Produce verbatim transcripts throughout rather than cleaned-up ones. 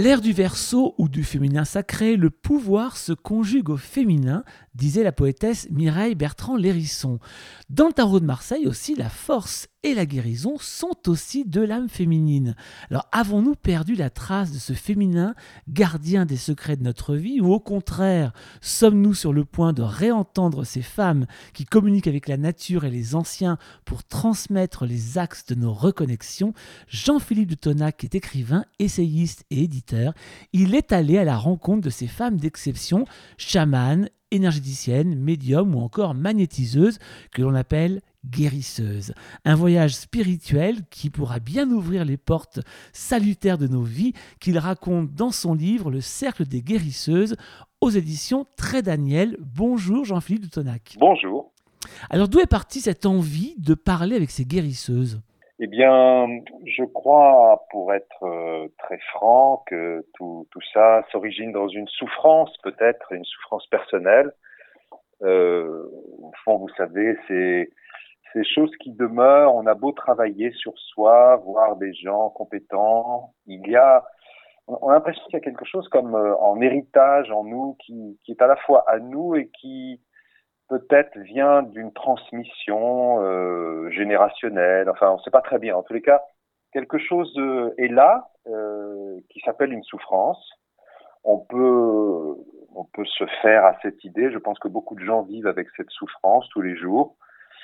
l'ère du Verseau ou du féminin sacré, le pouvoir se conjugue au féminin, disait la poétesse Mireille Bertrand-Lérisson. Dans le tarot de Marseille aussi, la force et la guérison sont aussi de l'âme féminine. Alors avons-nous perdu la trace de ce féminin, gardien des secrets de notre vie, ou au contraire, sommes-nous sur le point de réentendre ces femmes qui communiquent avec la nature et les anciens pour transmettre les axes de nos reconnexions? Jean-Philippe de Tonac est écrivain, essayiste et éditeur. Il est allé à la rencontre de ces femmes d'exception, chamanes, énergéticiennes, médiums ou encore magnétiseuses, que l'on appelle guérisseuses. Un voyage spirituel qui pourra bien ouvrir les portes salutaires de nos vies, qu'il raconte dans son livre Le Cercle des guérisseuses, aux éditions Trait Daniel. Bonjour Jean-Philippe de Tonac. Bonjour. Alors d'où est partie cette envie de parler avec ces guérisseuses? Eh bien, je crois, pour être euh, très franc, que tout, tout ça s'origine dans une souffrance, peut-être, une souffrance personnelle. Euh, au fond, vous savez, c'est ces choses qui demeurent. On a beau travailler sur soi, voir des gens compétents, il y a, on a l'impression qu'il y a quelque chose comme euh, en héritage en nous qui, qui est à la fois à nous et qui peut-être vient d'une transmission euh, générationnelle. Enfin, on ne sait pas très bien. En tous les cas, quelque chose euh, est là euh, qui s'appelle une souffrance. On peut, on peut se faire à cette idée. Je pense que beaucoup de gens vivent avec cette souffrance tous les jours.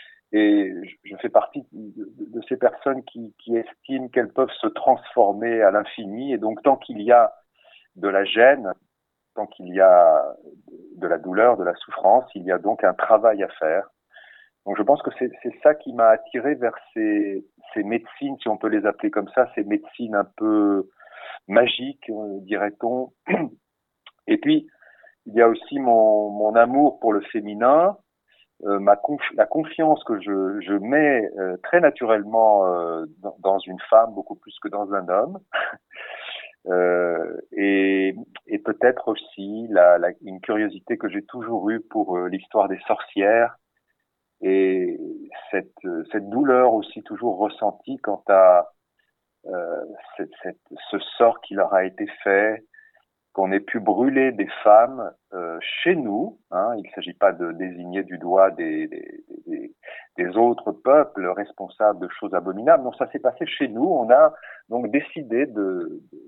Et je fais partie de, de ces personnes qui, qui estiment qu'elles peuvent se transformer à l'infini. Et donc, tant qu'il y a de la gêne, tant qu'il y a de la douleur, de la souffrance, il y a donc un travail à faire. Donc je pense que c'est, c'est ça qui m'a attiré vers ces, ces médecines, si on peut les appeler comme ça, ces médecines un peu magiques, dirait-on. Et puis, il y a aussi mon, mon amour pour le féminin, euh, ma conf- la confiance que je, je mets euh, très naturellement euh, dans, dans une femme, beaucoup plus que dans un homme. Euh, et, et peut-être aussi la, la, une curiosité que j'ai toujours eue pour euh, l'histoire des sorcières et cette, cette douleur aussi toujours ressentie quant à euh, cette, cette, ce sort qui leur a été fait, qu'on ait pu brûler des femmes euh, chez nous. Hein, il ne s'agit pas de désigner du doigt des, des, des, des autres peuples responsables de choses abominables. Non, ça s'est passé chez nous. On a donc décidé de, de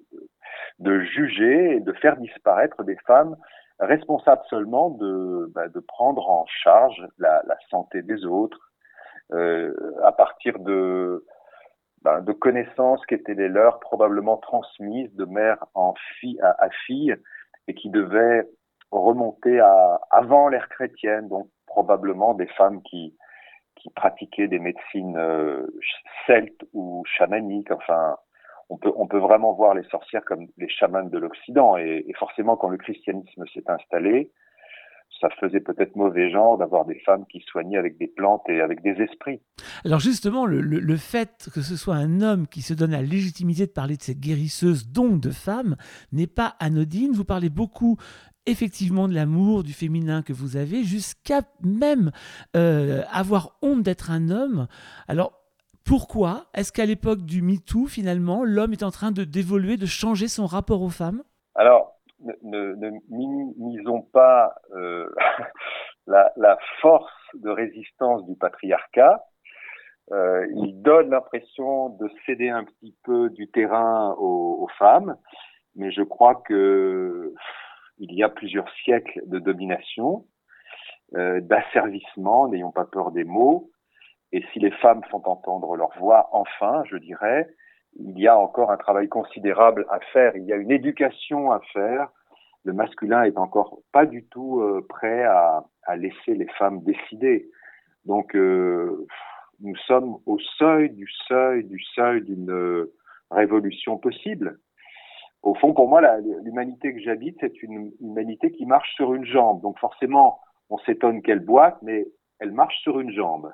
de juger et de faire disparaître des femmes responsables seulement de, bah, de prendre en charge la, la santé des autres euh, à partir de, bah, de connaissances qui étaient les leurs, probablement transmises de mère en fille à, à fille et qui devaient remonter à avant l'ère chrétienne, donc probablement des femmes qui, qui pratiquaient des médecines euh, celtes ou chamaniques, enfin. On peut, on peut vraiment voir les sorcières comme les chamans de l'Occident. Et, et forcément, quand le christianisme s'est installé, ça faisait peut-être mauvais genre d'avoir des femmes qui soignaient avec des plantes et avec des esprits. Alors justement, le, le, le fait que ce soit un homme qui se donne la légitimité de parler de cette guérisseuse, donc de femmes, n'est pas anodine. Vous parlez beaucoup effectivement de l'amour, du féminin que vous avez, jusqu'à même euh, avoir honte d'être un homme. Alors, pourquoi est-ce qu'à l'époque du MeToo, finalement, l'homme est en train de d'évoluer, de changer son rapport aux femmes? Alors, ne, ne, ne minimisons pas euh, la, la force de résistance du patriarcat. Euh, il donne l'impression de céder un petit peu du terrain aux, aux femmes, mais je crois que il y a plusieurs siècles de domination, euh, d'asservissement, n'ayons pas peur des mots. Et si les femmes font entendre leur voix, enfin, je dirais, il y a encore un travail considérable à faire. Il y a une éducation à faire. Le masculin est encore pas du tout euh, prêt à, à laisser les femmes décider. Donc, euh, nous sommes au seuil du seuil du seuil d'une euh, révolution possible. Au fond, pour moi, la, l'humanité que j'habite, c'est une humanité qui marche sur une jambe. Donc, forcément, on s'étonne qu'elle boite, mais elle marche sur une jambe.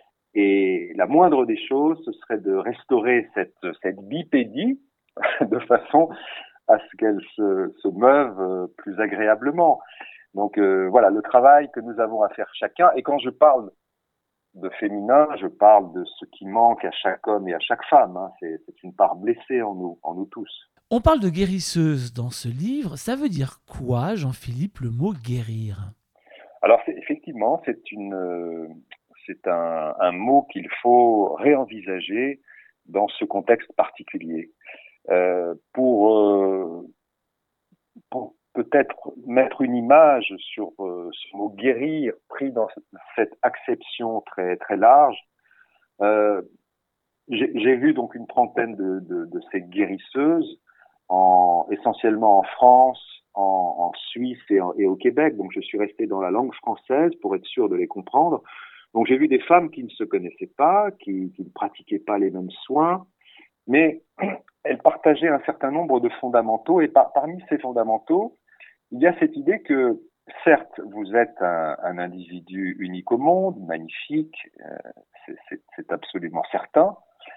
Et la moindre des choses, ce serait de restaurer cette, cette bipédie de façon à ce qu'elle se, se meuve plus agréablement. Donc euh, voilà, le travail que nous avons à faire chacun. Et quand je parle de féminin, je parle de ce qui manque à chaque homme et à chaque femme. Hein. C'est, c'est une part blessée en nous, en nous tous. On parle de guérisseuse dans ce livre. Ça veut dire quoi, Jean-Philippe, le mot guérir? Alors c'est, effectivement, c'est une, euh, c'est un, un mot qu'il faut réenvisager dans ce contexte particulier. Euh, pour, euh, pour peut-être mettre une image sur euh, ce mot guérir pris dans cette, cette acception très très large, euh, j'ai, j'ai vu donc une trentaine de, de, de ces guérisseuses, en, essentiellement en France, en, en Suisse et, en, et au Québec. Donc je suis resté dans la langue française pour être sûr de les comprendre. Donc j'ai vu des femmes qui ne se connaissaient pas, qui, qui ne pratiquaient pas les mêmes soins, mais elles partageaient un certain nombre de fondamentaux. Et par, parmi ces fondamentaux, il y a cette idée que, certes, vous êtes un, un individu unique au monde, magnifique, euh, c'est, c'est, c'est absolument certain,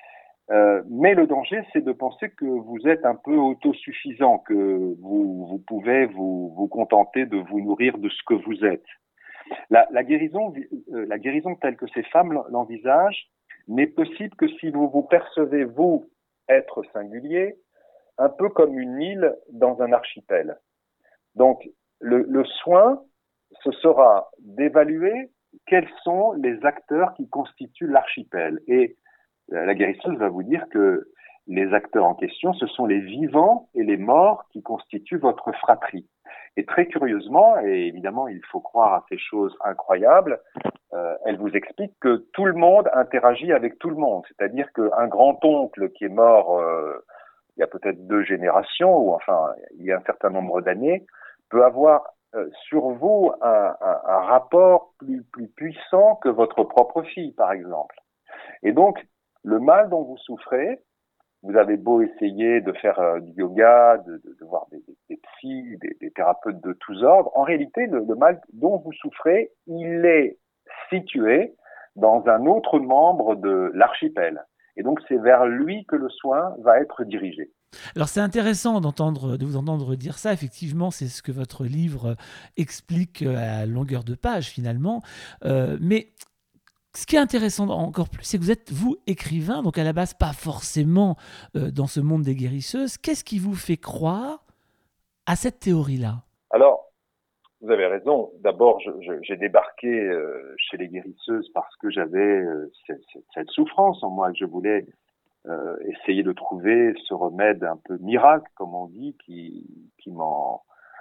euh, mais le danger, c'est de penser que vous êtes un peu autosuffisant, que vous, vous pouvez vous, vous contenter de vous nourrir de ce que vous êtes. La, la guérison, euh, la guérison telle que ces femmes l'envisagent n'est possible que si vous vous percevez, vous, être singulier, un peu comme une île dans un archipel. Donc, le, le soin, ce sera d'évaluer quels sont les acteurs qui constituent l'archipel. Et la guérisseuse va vous dire que les acteurs en question, ce sont les vivants et les morts qui constituent votre fratrie. Et très curieusement, et évidemment il faut croire à ces choses incroyables, euh, elle vous explique que tout le monde interagit avec tout le monde. C'est-à-dire qu'un grand-oncle qui est mort euh, il y a peut-être deux générations, ou enfin il y a un certain nombre d'années, peut avoir euh, sur vous un, un, un rapport plus, plus puissant que votre propre fille, par exemple. Et donc, le mal dont vous souffrez, vous avez beau essayer de faire euh, du yoga, de, de, de voir des, des, des psys, des, des thérapeutes de tous ordres, en réalité, le, le mal dont vous souffrez, il est situé dans un autre membre de l'archipel. Et donc, c'est vers lui que le soin va être dirigé. Alors c'est intéressant d'entendre, de vous entendre dire ça. Effectivement, c'est ce que votre livre explique à longueur de page finalement. Euh, mais ce qui est intéressant encore plus, c'est que vous êtes, vous, écrivain, donc à la base pas forcément euh, dans ce monde des guérisseuses. Qu'est-ce qui vous fait croire à cette théorie-là? Alors, vous avez raison. D'abord, je, je, j'ai débarqué euh, chez les guérisseuses parce que j'avais euh, cette, cette souffrance en moi, que je voulais euh, essayer de trouver ce remède un peu miracle, comme on dit, qui, qui m'en,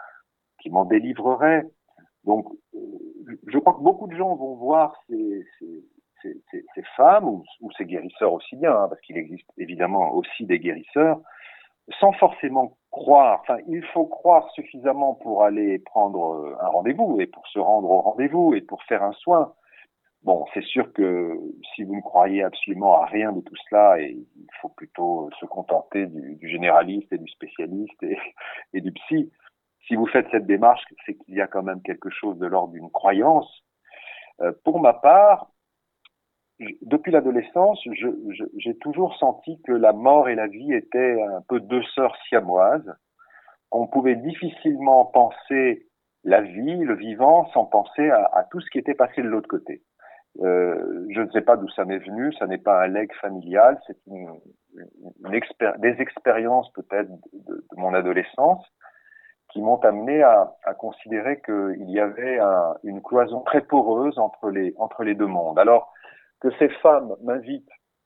qui m'en délivrerait. Donc, euh, je crois que beaucoup de gens vont voir ces, ces, ces, ces, ces femmes, ou, ou ces guérisseurs aussi bien, hein, parce qu'il existe évidemment aussi des guérisseurs, sans forcément croire. Enfin, il faut croire suffisamment pour aller prendre un rendez-vous, et pour se rendre au rendez-vous, et pour faire un soin. Bon, c'est sûr que si vous ne croyez absolument à rien de tout cela, et il faut plutôt se contenter du, du généraliste et du spécialiste et, et du psy. Si vous faites cette démarche, c'est qu'il y a quand même quelque chose de l'ordre d'une croyance. Euh, pour ma part, je, depuis l'adolescence, je, je, j'ai toujours senti que la mort et la vie étaient un peu deux sœurs siamoises. On pouvait difficilement penser la vie, le vivant, sans penser à, à tout ce qui était passé de l'autre côté. Euh, je ne sais pas d'où ça m'est venu, ça n'est pas un legs familial, c'est une, une expér- des expériences peut-être de, de mon adolescence qui m'ont amené à, à considérer qu'il y avait un, une cloison très poreuse entre les, entre les deux mondes. Alors que ces femmes m'invitent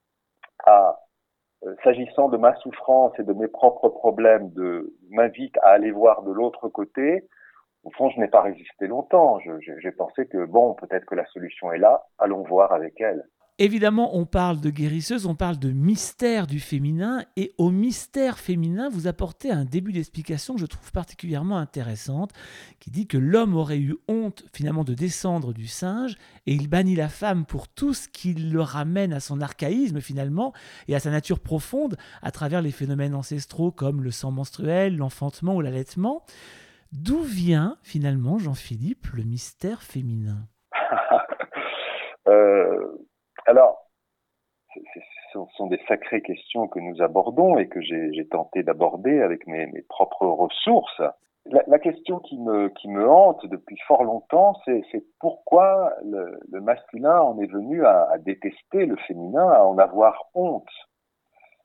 à, euh, s'agissant de ma souffrance et de mes propres problèmes, de, m'invitent à aller voir de l'autre côté, au fond, je n'ai pas résisté longtemps. Je, j'ai, j'ai pensé que, bon, peut-être que la solution est là, allons voir avec elle. Évidemment, on parle de guérisseuse, on parle de mystère du féminin, et au mystère féminin, vous apportez un début d'explication que je trouve particulièrement intéressante, qui dit que l'homme aurait eu honte finalement de descendre du singe, et il bannit la femme pour tout ce qui le ramène à son archaïsme finalement, et à sa nature profonde, à travers les phénomènes ancestraux comme le sang menstruel, l'enfantement ou l'allaitement. D'où vient finalement, Jean-Philippe, le mystère féminin? euh, Alors, ce sont des sacrées questions que nous abordons et que j'ai, j'ai tenté d'aborder avec mes, mes propres ressources. La, la question qui me, qui me hante depuis fort longtemps, c'est, c'est pourquoi le, le masculin en est venu à, à détester le féminin, à en avoir honte.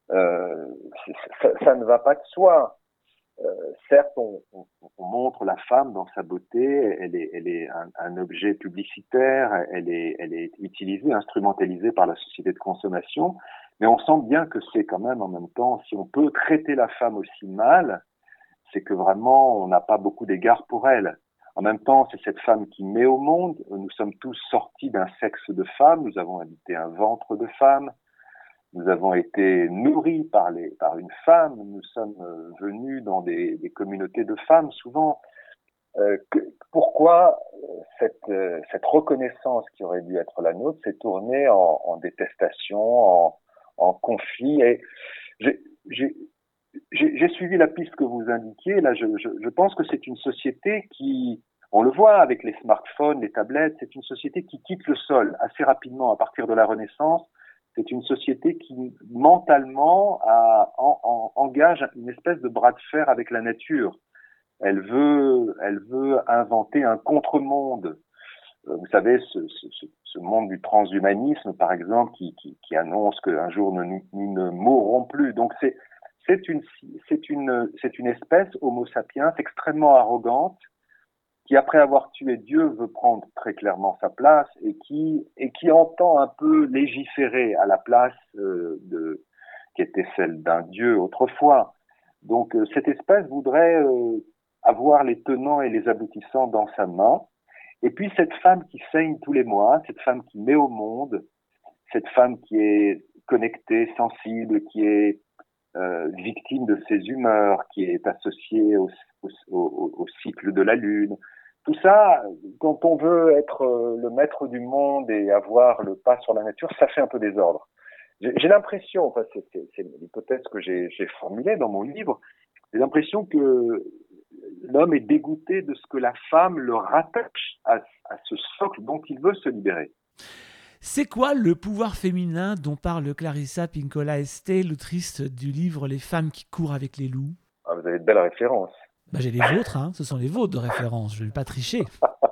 Euh, ça, ça ne va pas de soi. Euh, certes, on, on, on montre la femme dans sa beauté, elle est, elle est un, un objet publicitaire, elle est, elle est utilisée, instrumentalisée par la société de consommation, mais on sent bien que c'est quand même en même temps, si on peut traiter la femme aussi mal, c'est que vraiment on n'a pas beaucoup d'égard pour elle. En même temps, c'est cette femme qui met au monde, nous sommes tous sortis d'un sexe de femme, nous avons habité un ventre de femme, nous avons été nourris par, les, par une femme, nous sommes venus dans des, des communautés de femmes souvent. Euh, que, pourquoi cette, euh, cette reconnaissance qui aurait dû être la nôtre s'est tournée en, en détestation, en, en conflit? Et j'ai, j'ai, j'ai, j'ai suivi la piste que vous indiquiez. Là, je, je, je pense que c'est une société qui, on le voit avec les smartphones, les tablettes, c'est une société qui quitte le sol assez rapidement à partir de la Renaissance. C'est une société qui, mentalement, a, en, en, engage une espèce de bras de fer avec la nature. Elle veut, elle veut inventer un contre-monde. Vous savez, ce, ce, ce monde du transhumanisme, par exemple, qui, qui, qui annonce qu'un jour nous, nous ne mourrons plus. Donc c'est, c'est une, c'est une, c'est une espèce, Homo sapiens, extrêmement arrogante, qui, après avoir tué Dieu, veut prendre très clairement sa place et qui, et qui entend un peu légiférer à la place euh, de, qui était celle d'un Dieu autrefois. Donc, euh, cette espèce voudrait euh, avoir les tenants et les aboutissants dans sa main. Et puis, cette femme qui saigne tous les mois, cette femme qui met au monde, cette femme qui est connectée, sensible, qui est euh, victime de ses humeurs, qui est associée au, au, au, au cycle de la Lune. Tout ça, quand on veut être le maître du monde et avoir le pas sur la nature, ça fait un peu désordre. J'ai, j'ai l'impression, enfin c'est, c'est, c'est l'hypothèse que j'ai, j'ai formulée dans mon livre, j'ai l'impression que l'homme est dégoûté de ce que la femme le rattache à, à ce socle dont il veut se libérer. C'est quoi le pouvoir féminin dont parle Clarissa Pinkola Esté, l'autrice du livre Les femmes qui courent avec les loups? Ah, vous avez de belles références. Bah, j'ai les vôtres, hein. Ce sont les vôtres de référence, je ne vais pas tricher.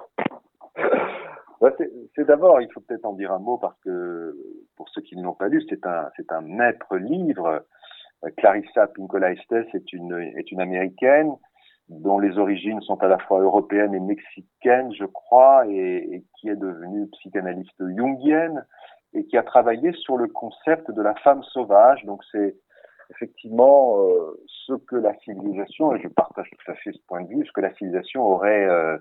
Ouais, c'est, c'est d'abord, il faut peut-être en dire un mot parce que pour ceux qui ne l'ont pas lu, c'est un, c'est un maître livre. Clarissa Pinkola Esté est une, est une américaine dont les origines sont à la fois européennes et mexicaines, je crois, et, et qui est devenue psychanalyste jungienne et qui a travaillé sur le concept de la femme sauvage. Donc c'est effectivement euh, ce que la civilisation, et je partage tout à fait ce point de vue, ce que la civilisation aurait euh,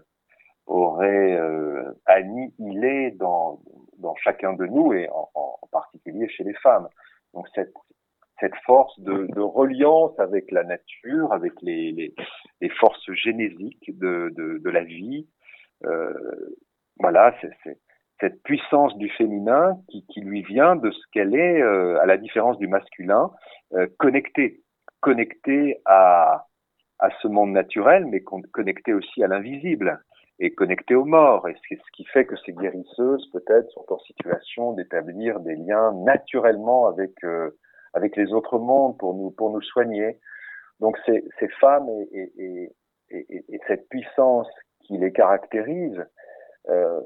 aurait euh, annihilé dans dans chacun de nous et en, en particulier chez les femmes. Donc cette cette force de, de reliance avec la nature, avec les, les, les forces génésiques de, de, de la vie. Euh, voilà, c'est, c'est cette puissance du féminin qui, qui lui vient de ce qu'elle est, euh, à la différence du masculin, euh, connectée, connectée à, à ce monde naturel, mais connectée aussi à l'invisible et connectée aux morts. Et c'est ce qui fait que ces guérisseuses, peut-être, sont en situation d'établir des liens naturellement avec euh, avec les autres mondes pour nous pour nous soigner. Donc ces, ces femmes et, et, et, et, et cette puissance qui les caractérise, euh,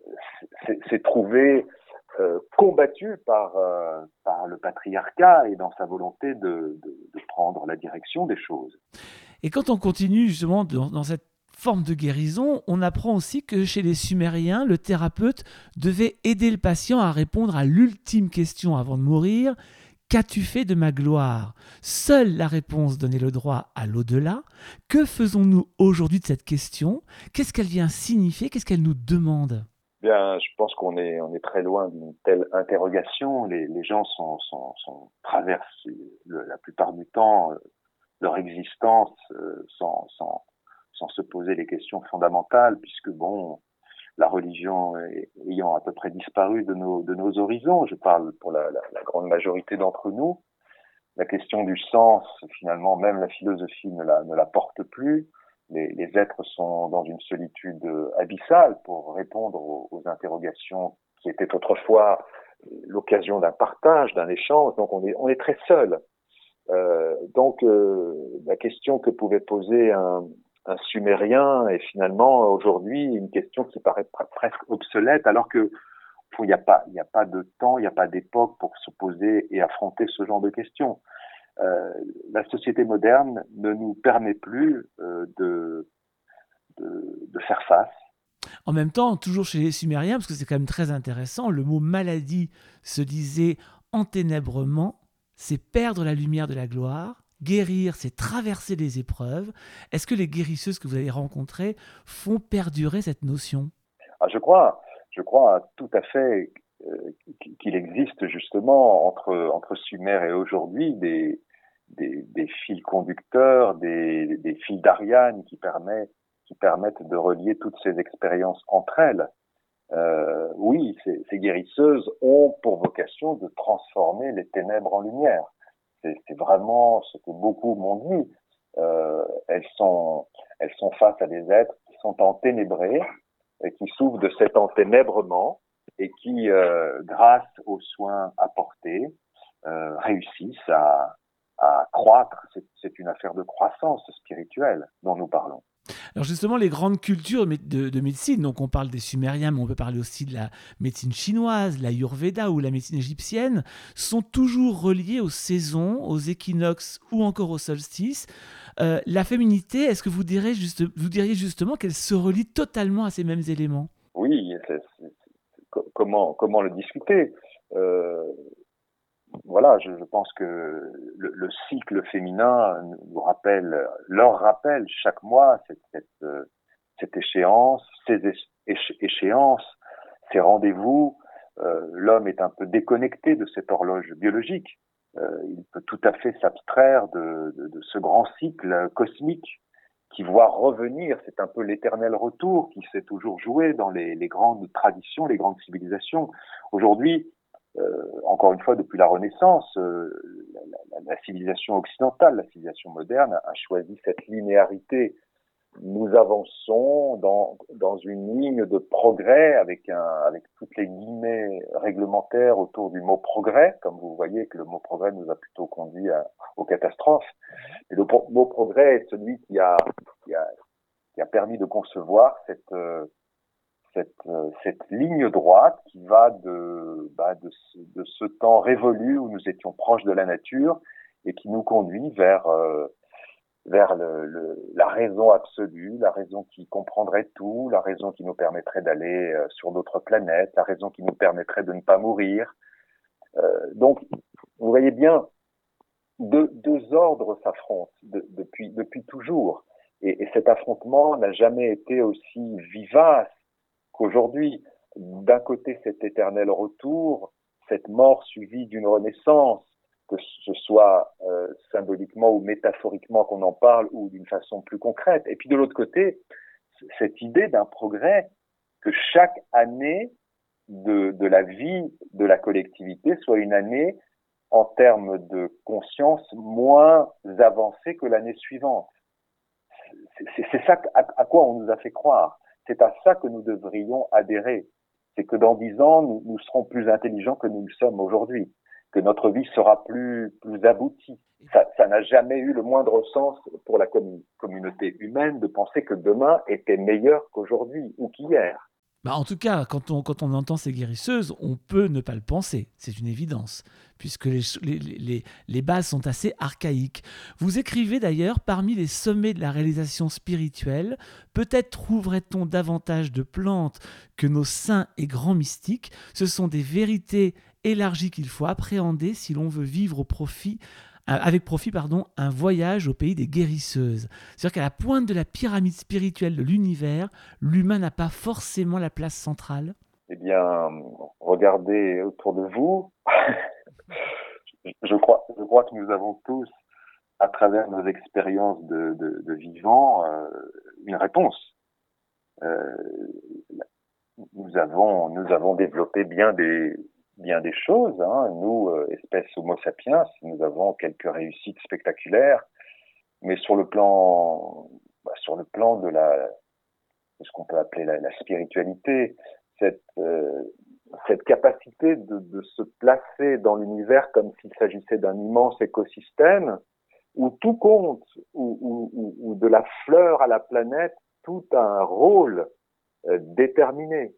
c'est, c'est trouvé euh, combattu par euh, par le patriarcat et dans sa volonté de, de, de prendre la direction des choses. Et quand on continue justement dans, dans cette forme de guérison, on apprend aussi que chez les Sumériens, le thérapeute devait aider le patient à répondre à l'ultime question avant de mourir. Qu'as-tu fait de ma gloire? Seule la réponse donnait le droit à l'au-delà. Que faisons-nous aujourd'hui de cette question? Qu'est-ce qu'elle vient signifier? Qu'est-ce qu'elle nous demande? Bien, je pense qu'on est on est très loin d'une telle interrogation. Les, les gens sont, sont, sont traversent le, la plupart du temps euh, leur existence euh, sans, sans sans se poser les questions fondamentales, puisque bon, la religion ayant à peu près disparu de nos, de nos horizons, je parle pour la, la, la grande majorité d'entre nous, la question du sens, finalement, même la philosophie ne la, ne la porte plus. Les, les êtres sont dans une solitude abyssale pour répondre aux, aux interrogations qui étaient autrefois l'occasion d'un partage, d'un échange. Donc on est, on est très seul. Euh, donc euh, la question que pouvait poser un un sumérien est finalement aujourd'hui une question qui paraît pr- presque obsolète, alors que il n'y a pas, il n'y a pas de temps, il n'y a pas d'époque pour se poser et affronter ce genre de questions. euh, la société moderne ne nous permet plus euh, de, de, de faire face. En même temps, toujours chez les Sumériens, parce que c'est quand même très intéressant, le mot maladie se disait enténèbrement, c'est perdre la lumière de la gloire. Guérir, c'est traverser les épreuves. Est-ce que les guérisseuses que vous avez rencontrées font perdurer cette notion? Ah, je crois, je crois tout à fait euh, qu'il existe justement entre, entre Sumer et aujourd'hui des, des, des fils conducteurs, des, des fils d'Ariane qui permettent, qui permettent de relier toutes ces expériences entre elles. Euh, oui, ces, ces guérisseuses ont pour vocation de transformer les ténèbres en lumière. C'est, c'est vraiment ce que beaucoup m'ont dit. Euh, elles sont, elles sont face à des êtres qui sont enténébrés et qui souffrent de cet enténèbrement et qui, euh, grâce aux soins apportés, euh, réussissent à, à croître. C'est, c'est une affaire de croissance spirituelle dont nous parlons. Alors justement, les grandes cultures de, de, de médecine, donc on parle des Sumériens, mais on peut parler aussi de la médecine chinoise, l'Ayurveda ou la médecine égyptienne, sont toujours reliées aux saisons, aux équinoxes ou encore aux solstices. Euh, la féminité, est-ce que vous, direz juste, vous diriez justement qu'elle se relie totalement à ces mêmes éléments? Oui, c'est, c'est, c'est, comment, comment le discuter euh, Voilà, je, je pense que le, le cycle féminin nous rappelle, leur rappelle chaque mois cette, cette, cette échéance, ces éche, échéances, ces rendez-vous. Euh, l'homme est un peu déconnecté de cette horloge biologique. Euh, il peut tout à fait s'abstraire de, de, de ce grand cycle cosmique qui voit revenir, c'est un peu l'éternel retour qui s'est toujours joué dans les, les grandes traditions, les grandes civilisations. Aujourd'hui, Euh, encore une fois, depuis la Renaissance, euh, la, la, la civilisation occidentale, la civilisation moderne a, a choisi cette linéarité. Nous avançons dans, dans une ligne de progrès avec, un, avec toutes les guillemets réglementaires autour du mot progrès, comme vous voyez que le mot progrès nous a plutôt conduit à, aux catastrophes. Et le pro, mot progrès est celui qui a, qui a, qui a permis de concevoir cette... Euh, Cette, euh, cette ligne droite qui va de, bah, de, ce, de ce temps révolu où nous étions proches de la nature et qui nous conduit vers, euh, vers le, le, la raison absolue, la raison qui comprendrait tout, la raison qui nous permettrait d'aller euh, sur d'autres planètes, la raison qui nous permettrait de ne pas mourir. Euh, donc, vous voyez bien, deux, deux ordres s'affrontent de, depuis, depuis toujours. Et, et cet affrontement n'a jamais été aussi vivace qu'aujourd'hui. D'un côté, cet éternel retour, cette mort suivie d'une renaissance, que ce soit euh, symboliquement ou métaphoriquement qu'on en parle, ou d'une façon plus concrète. Et puis de l'autre côté, cette idée d'un progrès, que chaque année de, de la vie de la collectivité soit une année en termes de conscience moins avancée que l'année suivante. C'est, c'est ça à, à quoi on nous a fait croire. C'est à ça que nous devrions adhérer. C'est que dans dix ans, nous, nous serons plus intelligents que nous le sommes aujourd'hui, que notre vie sera plus, plus aboutie. Ça, ça n'a jamais eu le moindre sens pour la commun- communauté humaine de penser que demain était meilleur qu'aujourd'hui ou qu'hier. Bah en tout cas, quand on, quand on entend ces guérisseuses, on peut ne pas le penser, c'est une évidence, puisque les, les, les, les bases sont assez archaïques. Vous écrivez d'ailleurs, parmi les sommets de la réalisation spirituelle, peut-être trouverait-on davantage de plantes que nos saints et grands mystiques. Ce sont des vérités élargies qu'il faut appréhender si l'on veut vivre au profit avec profit pardon, un voyage au pays des guérisseuses. C'est-à-dire qu'à la pointe de la pyramide spirituelle de l'univers, l'humain n'a pas forcément la place centrale. Eh bien, regardez autour de vous. je, crois, je crois que nous avons tous, à travers nos expériences de, de, de vivants, euh, une réponse. Euh, nous avons, nous avons développé bien des, bien des choses, hein. Nous, euh, espèce Homo sapiens, nous avons quelques réussites spectaculaires, mais sur le plan, bah, sur le plan de la, de ce qu'on peut appeler la, la spiritualité, cette, euh, cette capacité de, de se placer dans l'univers comme s'il s'agissait d'un immense écosystème où tout compte, où, où, où de la fleur à la planète, tout a un rôle euh, déterminé.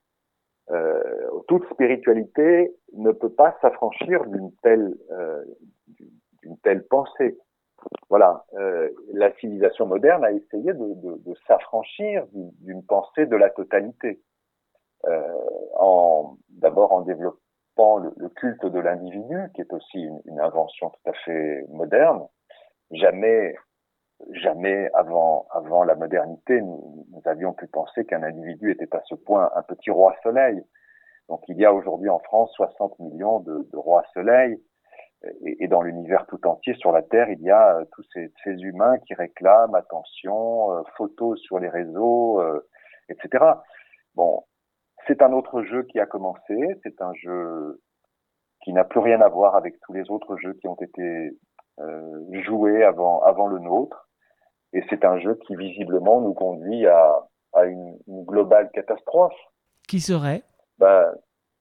Euh, toute spiritualité ne peut pas s'affranchir d'une telle, euh, d'une telle pensée. Voilà, euh, la civilisation moderne a essayé de, de, de s'affranchir d'une, d'une pensée de la totalité, euh, en, d'abord en développant le, le culte de l'individu, qui est aussi une, une invention tout à fait moderne. Jamais, jamais avant, avant la modernité, nous, nous avions pu penser qu'un individu était à ce point un petit roi soleil. Donc il y a aujourd'hui en France soixante millions de, de rois soleil. Et, et dans l'univers tout entier, sur la Terre, il y a euh, tous ces, ces humains qui réclament attention, euh, photos sur les réseaux, euh, et cetera. Bon, c'est un autre jeu qui a commencé, c'est un jeu qui n'a plus rien à voir avec tous les autres jeux qui ont été euh, joués avant, avant le nôtre. Et c'est un jeu qui visiblement nous conduit à, à une, une globale catastrophe. Qui serait? Ben,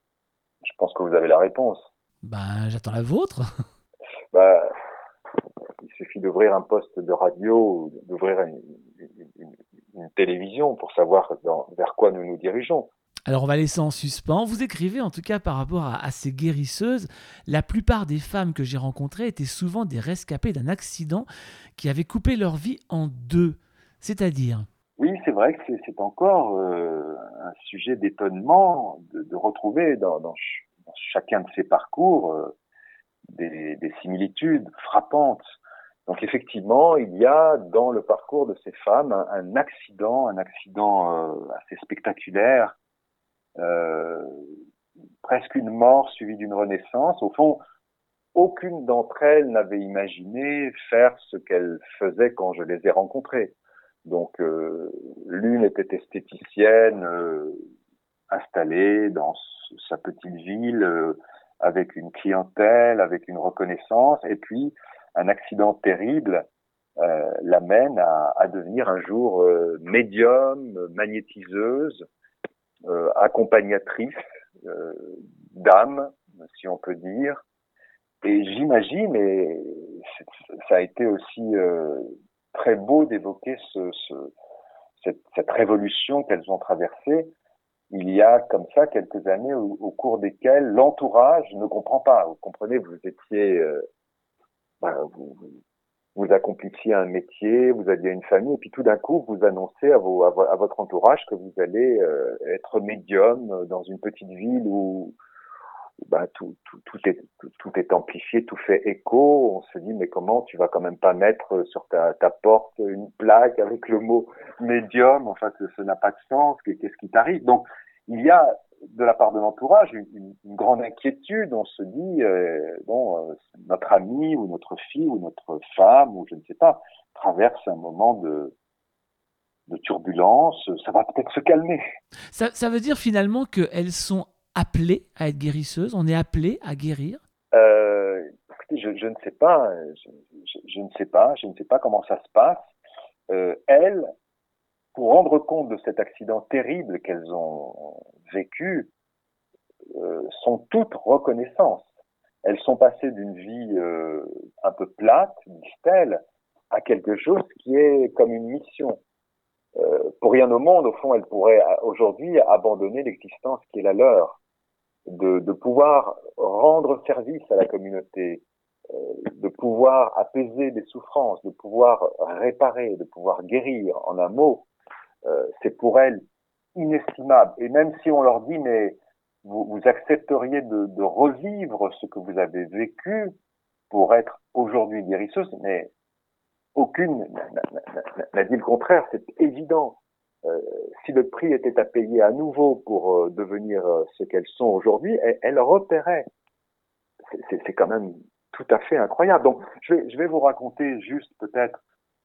je pense que vous avez la réponse. Ben, j'attends la vôtre. Ben, il suffit d'ouvrir un poste de radio, d'ouvrir une, une, une, une télévision pour savoir dans, vers quoi nous nous dirigeons. Alors on va laisser en suspens. Vous écrivez en tout cas par rapport à, à ces guérisseuses, la plupart des femmes que j'ai rencontrées étaient souvent des rescapées d'un accident qui avait coupé leur vie en deux. C'est-à-dire? Oui, c'est vrai que c'est, c'est encore euh, un sujet d'étonnement de, de retrouver dans, dans, ch- dans chacun de ces parcours euh, des, des similitudes frappantes. Donc effectivement, il y a dans le parcours de ces femmes un, un accident, un accident euh, assez spectaculaire, euh, presque une mort suivie d'une renaissance. Au fond, aucune d'entre elles n'avait imaginé faire ce qu'elles faisaient quand je les ai rencontrées. Donc, euh, l'une était esthéticienne, euh, installée dans sa petite ville, euh, avec une clientèle, avec une reconnaissance, et puis un accident terrible euh, l'amène à, à devenir un jour euh, médium, magnétiseuse, euh, accompagnatrice euh, d'âme, si on peut dire. Et j'imagine, et ça a été aussi euh, très beau d'évoquer ce, ce, cette, cette révolution qu'elles ont traversée, il y a comme ça quelques années au, au cours desquelles l'entourage ne comprend pas. Vous comprenez, vous étiez, euh, ben, vous, vous accomplissiez un métier, vous aviez une famille, et puis tout d'un coup, vous annoncez à, vos, à, vo- à votre entourage que vous allez euh, être médium dans une petite ville où bah, tout, tout, tout, est, tout, tout est amplifié, tout fait écho. On se dit, mais comment tu vas quand même pas mettre sur ta, ta porte une plaque avec le mot médium? Enfin, que ça n'a pas de sens. Qu'est-ce qui t'arrive? Donc, il y a de la part de l'entourage une, une, une grande inquiétude. On se dit, euh, bon, euh, notre ami ou notre fille ou notre femme ou je ne sais pas traverse un moment de, de turbulence. Ça va peut-être se calmer. Ça, ça veut dire finalement qu'elles sont appelées à être guérisseuses, on est appelé à guérir? Euh, écoutez, je, je ne sais pas, je, je, je ne sais pas, je ne sais pas comment ça se passe. Euh, elles, pour rendre compte de cet accident terrible qu'elles ont vécu, euh, sont toutes reconnaissances. Elles sont passées d'une vie euh, un peu plate, disent-elles, à quelque chose qui est comme une mission. Euh, pour rien au monde, au fond, elles pourraient aujourd'hui abandonner l'existence qui est la leur, de, de pouvoir rendre service à la communauté, euh, de pouvoir apaiser des souffrances, de pouvoir réparer, de pouvoir guérir. En un mot, euh, c'est pour elles inestimable. Et même si on leur dit, mais vous, vous accepteriez de, de revivre ce que vous avez vécu pour être aujourd'hui guérisseuse, mais aucune n'a dit le contraire, c'est évident. Euh, si le prix était à payer à nouveau pour euh, devenir euh, ce qu'elles sont aujourd'hui, elles, elles repéraient. C'est, c'est, c'est quand même tout à fait incroyable. Donc, je vais, je vais vous raconter juste peut-être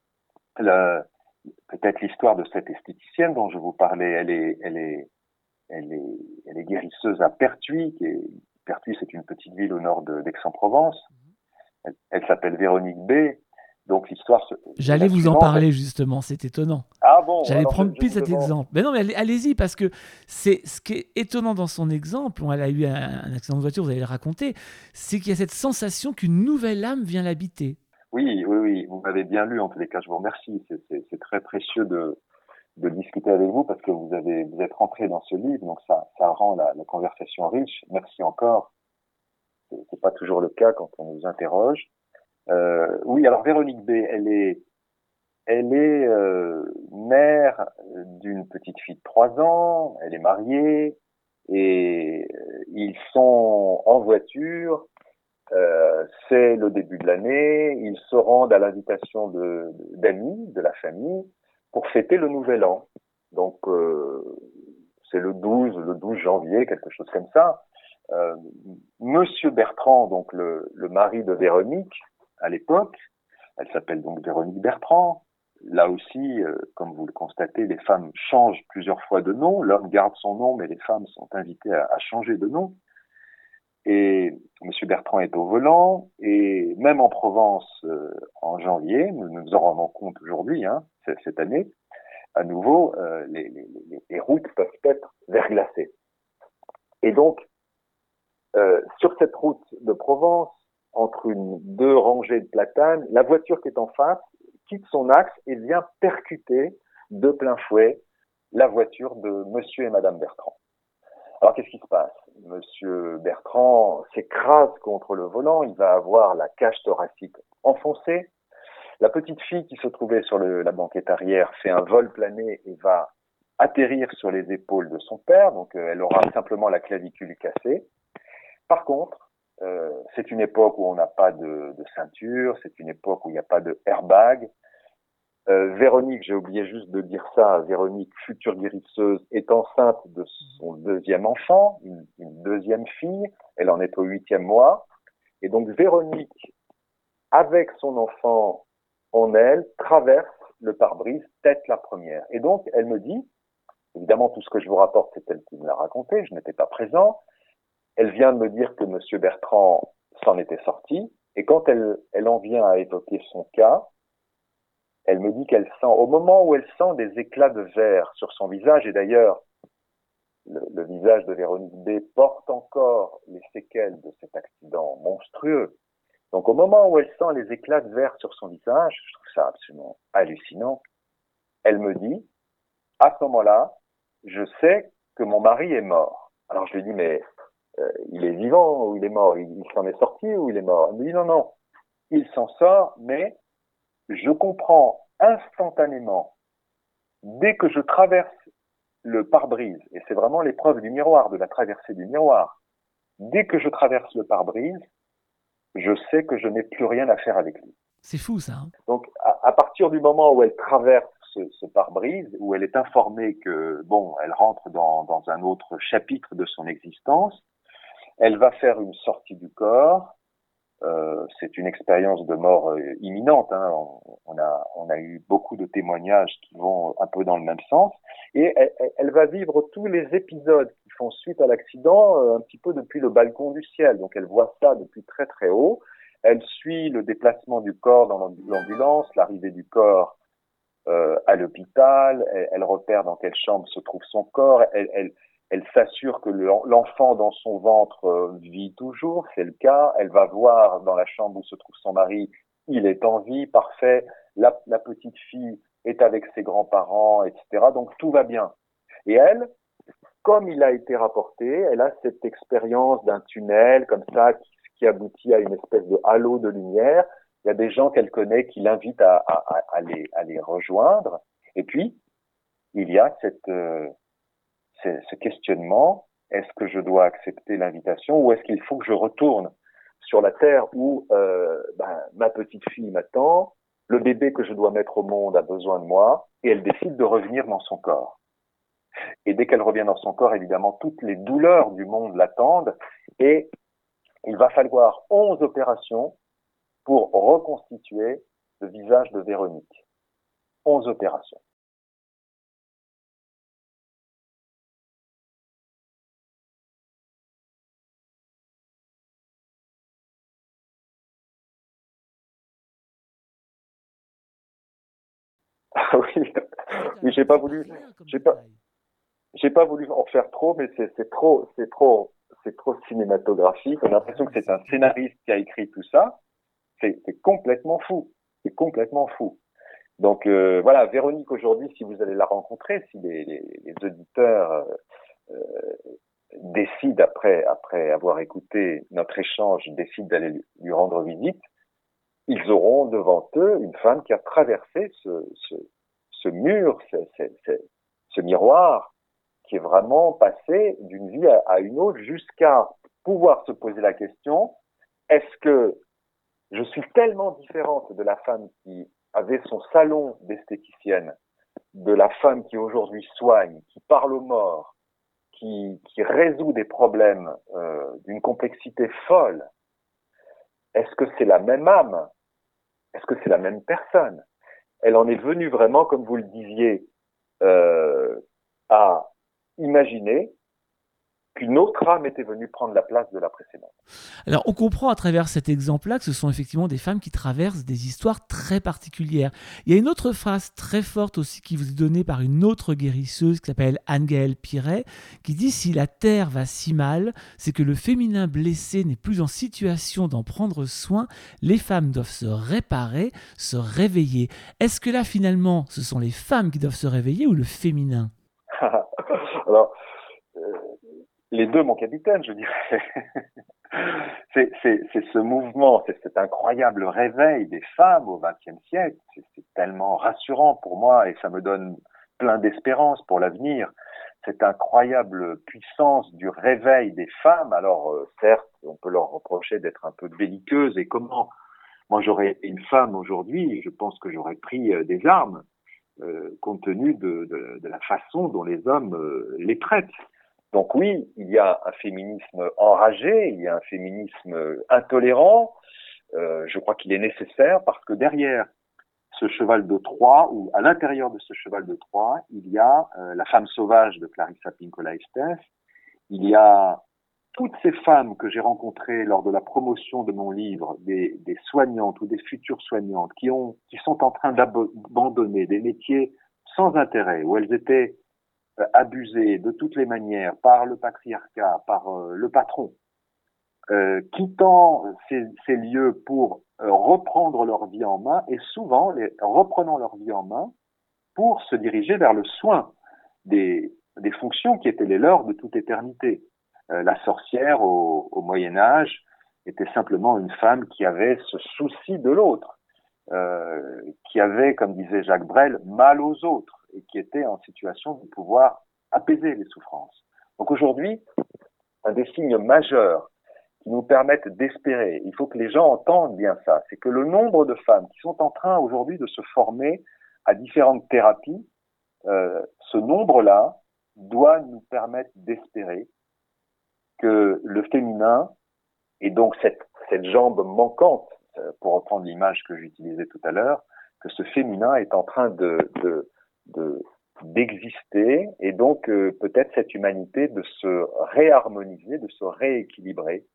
le, peut-être l'histoire de cette esthéticienne dont je vous parlais. Elle est, elle est, elle est, elle est guérisseuse à Pertuis. Qui est, Pertuis, c'est une petite ville au nord de, d'Aix-en-Provence. Elle, elle s'appelle Véronique B. Donc l'histoire se, J'allais vous en suivante. parler justement, c'est étonnant. Ah bon, J'allais alors je, prendre je pile vous cet demande. exemple. Mais non, mais allez- allez-y, parce que c'est ce qui est étonnant dans son exemple, elle a eu un, un accident de voiture, vous allez le raconter, c'est qu'il y a cette sensation qu'une nouvelle âme vient l'habiter. Oui, oui, oui, vous m'avez bien lu en tous les cas, je vous remercie. C'est, c'est, c'est très précieux de, de discuter avec vous parce que vous avez vous êtes rentré dans ce livre, donc ça, ça rend la, la conversation riche. Merci encore. C'est, c'est pas toujours le cas quand on nous interroge. Euh, oui, alors Véronique B, elle est, elle est euh, mère d'une petite fille de trois ans, elle est mariée, et euh, ils sont en voiture. Euh, c'est le début de l'année, ils se rendent à l'invitation de, d'amis, de la famille, pour fêter le Nouvel An. Donc, euh, c'est le douze, le douze janvier, quelque chose comme ça. Euh, Monsieur Bertrand, donc le, le mari de Véronique, à l'époque, elle s'appelle donc Véronique Bertrand. Là aussi, euh, comme vous le constatez, les femmes changent plusieurs fois de nom. L'homme garde son nom, mais les femmes sont invitées à, à changer de nom. Et Monsieur Bertrand est au volant, et même en Provence, euh, en janvier, nous nous en rendons compte aujourd'hui, hein, cette année, à nouveau, euh, les, les, les routes peuvent être verglacées. Et donc, euh, sur cette route de Provence, entre une, deux rangées de platanes, la voiture qui est en face quitte son axe et vient percuter de plein fouet la voiture de Monsieur et Madame Bertrand. Alors, qu'est-ce qui se passe? Monsieur Bertrand s'écrase contre le volant, il va avoir la cage thoracique enfoncée. La petite fille qui se trouvait sur le, la banquette arrière fait un vol plané et va atterrir sur les épaules de son père, donc euh, elle aura simplement la clavicule cassée. Par contre, euh, c'est une époque où on n'a pas de, de ceinture, c'est une époque où il n'y a pas de airbag. Euh, Véronique, j'ai oublié juste de dire ça, Véronique, future guérisseuse, est enceinte de son deuxième enfant, une, une deuxième fille, elle en est au huitième mois, et donc Véronique, avec son enfant en elle, traverse le pare-brise, tête la première. Et donc, elle me dit, évidemment, tout ce que je vous rapporte, c'est elle qui me l'a raconté, je n'étais pas présent, elle vient de me dire que Monsieur Bertrand s'en était sorti, et quand elle, elle en vient à évoquer son cas, elle me dit qu'elle sent, au moment où elle sent des éclats de verre sur son visage, et d'ailleurs, le, le visage de Véronique B porte encore les séquelles de cet accident monstrueux. Donc, au moment où elle sent les éclats de verre sur son visage, je trouve ça absolument hallucinant, elle me dit, à ce moment-là, je sais que mon mari est mort. Alors, je lui dis, mais euh, il est vivant ou il est mort? Il, il s'en est sorti ou il est mort? Elle me dit, non, non, il s'en sort, mais je comprends instantanément, dès que je traverse le pare-brise, et c'est vraiment l'épreuve du miroir, de la traversée du miroir, dès que je traverse le pare-brise, je sais que je n'ai plus rien à faire avec lui. C'est fou ça. Hein. Donc, à, à partir du moment où elle traverse ce, ce pare-brise, où elle est informée que, bon, elle rentre dans, dans un autre chapitre de son existence, elle va faire une sortie du corps. Euh, c'est une expérience de mort euh, imminente. Hein. On, on, a, on a eu beaucoup de témoignages qui vont un peu dans le même sens. Et elle, elle va vivre tous les épisodes qui font suite à l'accident euh, un petit peu depuis le balcon du ciel. Donc elle voit ça depuis très très haut. Elle suit le déplacement du corps dans l'ambulance, l'arrivée du corps euh, à l'hôpital. Elle, elle repère dans quelle chambre se trouve son corps. Elle, elle, elle s'assure que l'enfant dans son ventre vit toujours, c'est le cas. Elle va voir dans la chambre où se trouve son mari, il est en vie, parfait. La, la petite fille est avec ses grands-parents, et cetera. Donc tout va bien. Et elle, comme il a été rapporté, elle a cette expérience d'un tunnel comme ça qui, qui aboutit à une espèce de halo de lumière. Il y a des gens qu'elle connaît qui l'invitent à, à, à, les, à les rejoindre. Et puis, il y a cette... Euh, ce questionnement, est-ce que je dois accepter l'invitation ou est-ce qu'il faut que je retourne sur la terre où euh, ben, ma petite fille m'attend, le bébé que je dois mettre au monde a besoin de moi, et elle décide de revenir dans son corps. Et dès qu'elle revient dans son corps, évidemment, toutes les douleurs du monde l'attendent, et il va falloir onze opérations pour reconstituer le visage de Véronique. Onze opérations. Ah oui, oui, j'ai pas voulu, j'ai pas, j'ai pas voulu en faire trop, mais c'est, c'est trop, c'est trop, c'est trop cinématographique. On a l'impression que c'est un scénariste qui a écrit tout ça. C'est, c'est complètement fou. C'est complètement fou. Donc euh, voilà, Véronique aujourd'hui, si vous allez la rencontrer, si les, les, les auditeurs euh, décident après après avoir écouté notre échange, décident d'aller lui rendre visite, ils auront devant eux une femme qui a traversé ce, ce, ce mur, ce, ce, ce, ce miroir, qui est vraiment passé d'une vie à, à une autre jusqu'à pouvoir se poser la question, est-ce que je suis tellement différente de la femme qui avait son salon d'esthéticienne, de la femme qui aujourd'hui soigne, qui parle aux morts, qui, qui résout des problèmes euh, d'une complexité folle. Est-ce que c'est la même âme? Est-ce que c'est la même personne? Elle en est venue vraiment, comme vous le disiez, euh, à imaginer qu'une autre âme était venue prendre la place de la précédente. Alors, on comprend à travers cet exemple-là que ce sont effectivement des femmes qui traversent des histoires très particulières. Il y a une autre phrase très forte aussi qui vous est donnée par une autre guérisseuse qui s'appelle Anne-Gaëlle Piret, qui dit « Si la terre va si mal, c'est que le féminin blessé n'est plus en situation d'en prendre soin. Les femmes doivent se réparer, se réveiller. » Est-ce que là, finalement, ce sont les femmes qui doivent se réveiller ou le féminin? Alors, euh, les deux, mon capitaine, je dirais. c'est, c'est, c'est ce mouvement, c'est cet incroyable réveil des femmes au vingtième siècle. C'est, c'est tellement rassurant pour moi et ça me donne plein d'espérance pour l'avenir. Cette incroyable puissance du réveil des femmes. Alors, euh, certes, on peut leur reprocher d'être un peu belliqueuses. Et comment? Moi, j'aurais été une femme aujourd'hui, je pense que j'aurais pris euh, des armes, euh, compte tenu de, de, de la façon dont les hommes euh, les traitent. Donc oui, il y a un féminisme enragé, il y a un féminisme intolérant. Euh, je crois qu'il est nécessaire parce que derrière ce cheval de Troie, ou à l'intérieur de ce cheval de Troie, il y a euh, la femme sauvage de Clarissa Pinkola Estés. Il y a toutes ces femmes que j'ai rencontrées lors de la promotion de mon livre, des, des soignantes ou des futures soignantes qui ont, qui sont en train d'abandonner des métiers sans intérêt, où elles étaient abusées de toutes les manières par le patriarcat, par euh, le patron, euh, quittant ces, ces lieux pour euh, reprendre leur vie en main et souvent les, reprenant leur vie en main pour se diriger vers le soin des, des fonctions qui étaient les leurs de toute éternité. Euh, la sorcière au, au Moyen-Âge était simplement une femme qui avait ce souci de l'autre, euh, qui avait, comme disait Jacques Brel, mal aux autres et qui était en situation de pouvoir apaiser les souffrances. Donc aujourd'hui, un des signes majeurs qui nous permettent d'espérer, il faut que les gens entendent bien ça, c'est que le nombre de femmes qui sont en train aujourd'hui de se former à différentes thérapies, euh, ce nombre-là doit nous permettre d'espérer que le féminin, et donc cette, cette jambe manquante, pour reprendre l'image que j'utilisais tout à l'heure, que ce féminin est en train de, de, de, d'exister et donc euh, peut-être cette humanité de se réharmoniser, de se rééquilibrer.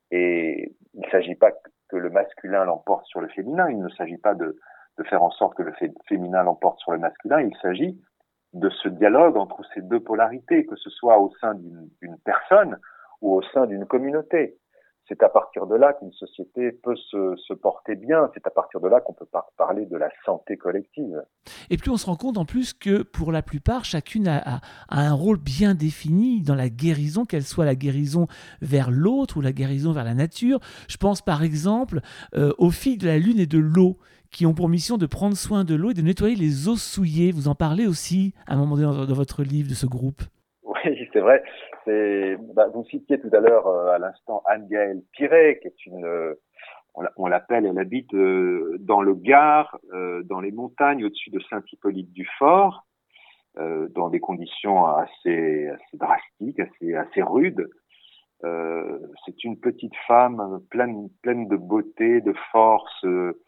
Et il ne s'agit pas que le masculin l'emporte sur le féminin, il ne s'agit pas de, de faire en sorte que le féminin l'emporte sur le masculin, il s'agit de ce dialogue entre ces deux polarités, que ce soit au sein d'une, d'une personne ou au sein d'une communauté. C'est à partir de là qu'une société peut se, se porter bien, c'est à partir de là qu'on peut par- parler de la santé collective. Et puis on se rend compte en plus que pour la plupart, chacune a, a, a un rôle bien défini dans la guérison, qu'elle soit la guérison vers l'autre ou la guérison vers la nature. Je pense par exemple euh, aux filles de la lune et de l'eau, qui ont pour mission de prendre soin de l'eau et de nettoyer les eaux souillées. Vous en parlez aussi à un moment donné dans, dans votre livre de ce groupe. Oui, c'est vrai. C'est, bah, vous citiez tout à l'heure, euh, à l'instant, Anne-Gaëlle Piret, qui est une, euh, on l'appelle, elle habite euh, dans le Gard, euh, dans les montagnes au-dessus de Saint-Hippolyte-du-Fort, euh, dans des conditions assez, assez drastiques, assez, assez rudes. Euh, c'est une petite femme pleine, pleine de beauté, de force. Euh,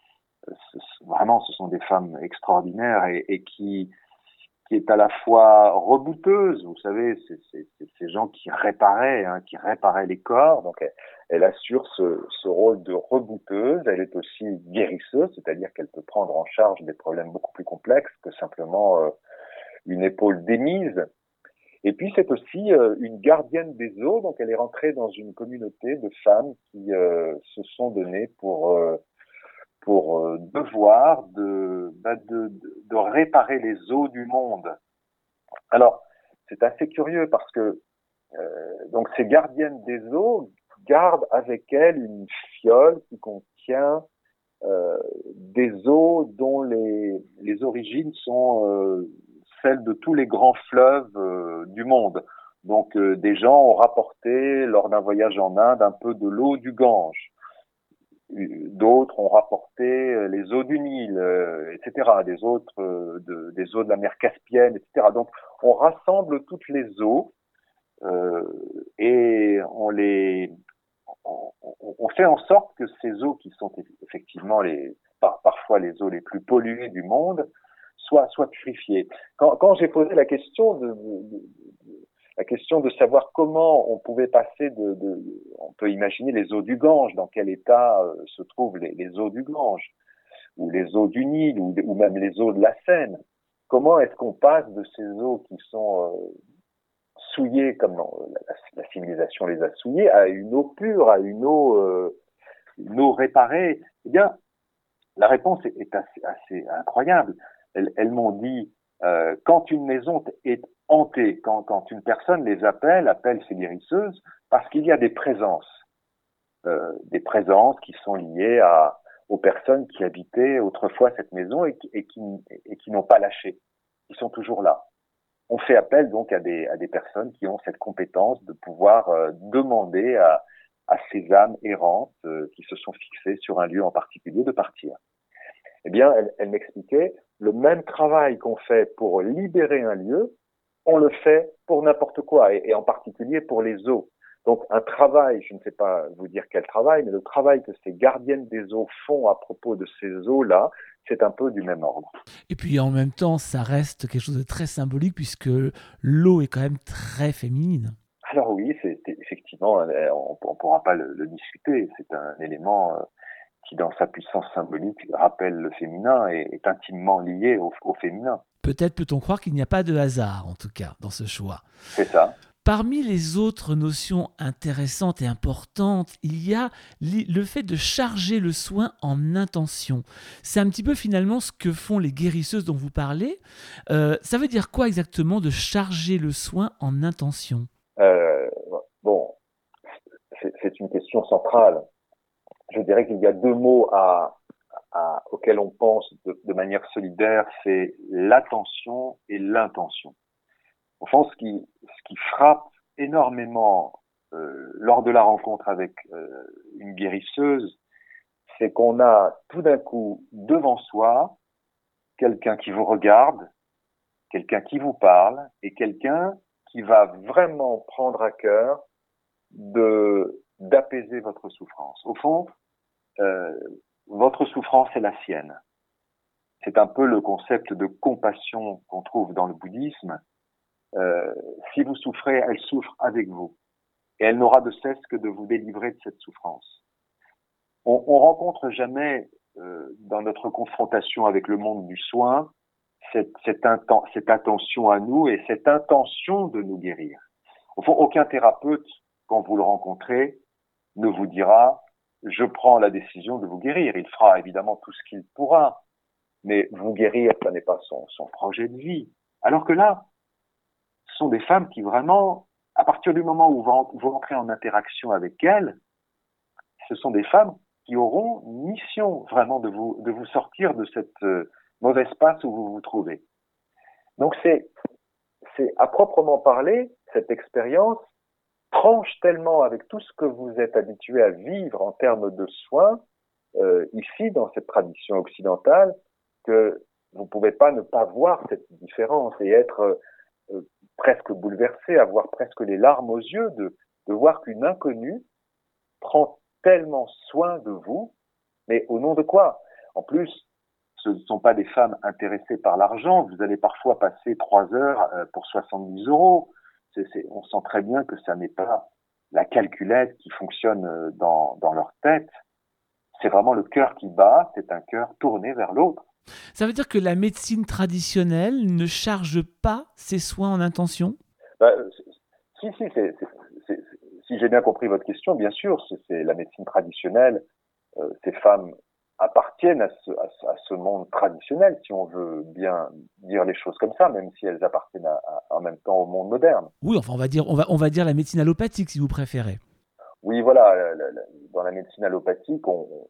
vraiment, ce sont des femmes extraordinaires et, et qui qui est à la fois rebouteuse, vous savez, c'est, c'est, c'est ces gens qui réparaient, hein, qui réparaient les corps. Donc, elle, elle assure ce, ce rôle de rebouteuse. Elle est aussi guérisseuse, c'est-à-dire qu'elle peut prendre en charge des problèmes beaucoup plus complexes que simplement euh, une épaule démise. Et puis, c'est aussi euh, une gardienne des eaux. Donc, elle est rentrée dans une communauté de femmes qui euh, se sont données pour euh, pour euh, devoir de, bah de, de, de réparer les eaux du monde. Alors, c'est assez curieux parce que euh, donc ces gardiennes des eaux gardent avec elles une fiole qui contient euh, des eaux dont les, les origines sont euh, celles de tous les grands fleuves euh, du monde. Donc euh, des gens ont rapporté lors d'un voyage en Inde un peu de l'eau du Gange. D'autres ont rapporté les eaux du Nil, euh, et cetera. Des autres euh, de, des eaux de la mer Caspienne, et cetera. Donc on rassemble toutes les eaux euh, et on les on, on fait en sorte que ces eaux qui sont effectivement les par, parfois les eaux les plus polluées du monde soient soient purifiées. Quand, quand j'ai posé la question de, de, de la question de savoir comment on pouvait passer de, de on peut imaginer les eaux du Gange, dans quel état euh, se trouvent les, les eaux du Gange, ou les eaux du Nil, ou, ou même les eaux de la Seine. Comment est-ce qu'on passe de ces eaux qui sont euh, souillées, comme non, la, la civilisation les a souillées, à une eau pure, à une eau, euh, une eau réparée? Eh bien, la réponse est, est assez, assez incroyable. Elles, elles m'ont dit, euh, quand une maison est hantée, quand, quand une personne les appelle, appelle ses guérisseuses, parce qu'il y a des présences, euh, des présences qui sont liées à, aux personnes qui habitaient autrefois cette maison et qui, et qui, et qui n'ont pas lâché, qui sont toujours là. On fait appel donc à des, à des personnes qui ont cette compétence de pouvoir euh, demander à, à ces âmes errantes euh, qui se sont fixées sur un lieu en particulier de partir. Eh bien, elle, elle m'expliquait, le même travail qu'on fait pour libérer un lieu, on le fait pour n'importe quoi, et, et en particulier pour les eaux. Donc, un travail, je ne sais pas vous dire quel travail, mais le travail que ces gardiennes des eaux font à propos de ces eaux-là, c'est un peu du même ordre. Et puis en même temps, ça reste quelque chose de très symbolique puisque l'eau est quand même très féminine. Alors oui, c'est effectivement, on ne pourra pas le, le discuter, c'est un élément euh, qui, dans sa puissance symbolique, rappelle le féminin et est intimement lié au, au féminin. Peut-être peut-on croire qu'il n'y a pas de hasard, en tout cas, dans ce choix. C'est ça. Parmi les autres notions intéressantes et importantes, il y a le fait de charger le soin en intention. C'est un petit peu finalement ce que font les guérisseuses dont vous parlez. Euh, ça veut dire quoi exactement de charger le soin en intention ? euh, Bon, c'est une question centrale. Je dirais qu'il y a deux mots à, à, auxquels on pense de, de manière solidaire, c'est l'attention et l'intention. Au fond, ce qui, ce qui frappe énormément euh, lors de la rencontre avec euh, une guérisseuse, c'est qu'on a tout d'un coup devant soi quelqu'un qui vous regarde, quelqu'un qui vous parle et quelqu'un qui va vraiment prendre à cœur de d'apaiser votre souffrance. Au fond, euh, votre souffrance est la sienne. C'est un peu le concept de compassion qu'on trouve dans le bouddhisme. Euh, si vous souffrez, elle souffre avec vous. Et elle n'aura de cesse que de vous délivrer de cette souffrance. On, on rencontre jamais, euh, dans notre confrontation avec le monde du soin, cette, cette, inten cette attention à nous et cette intention de nous guérir. Au fond, aucun thérapeute, quand vous le rencontrez, ne vous dira « je prends la décision de vous guérir ». Il fera évidemment tout ce qu'il pourra, mais vous guérir, ça n'est pas son, son projet de vie. Alors que là, ce sont des femmes qui vraiment, à partir du moment où vous rentrez en interaction avec elles, ce sont des femmes qui auront mission vraiment de vous, de vous sortir de cette euh, mauvaise passe où vous vous trouvez. Donc c'est, c'est à proprement parler, cette expérience tranche tellement avec tout ce que vous êtes habitué à vivre en termes de soins, euh, ici, dans cette tradition occidentale, que vous ne pouvez pas ne pas voir cette différence et être euh, presque bouleversé, avoir presque les larmes aux yeux de, de voir qu'une inconnue prend tellement soin de vous, mais au nom de quoi? En plus, ce ne sont pas des femmes intéressées par l'argent. Vous allez parfois passer trois heures pour soixante-dix euros. C'est, c'est, on sent très bien que ça n'est pas la calculette qui fonctionne dans, dans leur tête. C'est vraiment le cœur qui bat, c'est un cœur tourné vers l'autre. Ça veut dire que la médecine traditionnelle ne charge pas ses soins en intention ? Bah, si, si, c'est, c'est, c'est, si j'ai bien compris votre question, bien sûr, c'est, c'est la médecine traditionnelle. Euh, ces femmes appartiennent à ce, à, ce, à ce monde traditionnel, si on veut bien dire les choses comme ça, même si elles appartiennent à, à, en même temps au monde moderne. Oui, enfin, on va dire, on va, on va dire la médecine allopathique, si vous préférez. Oui, voilà, la, la, dans la médecine allopathique, on,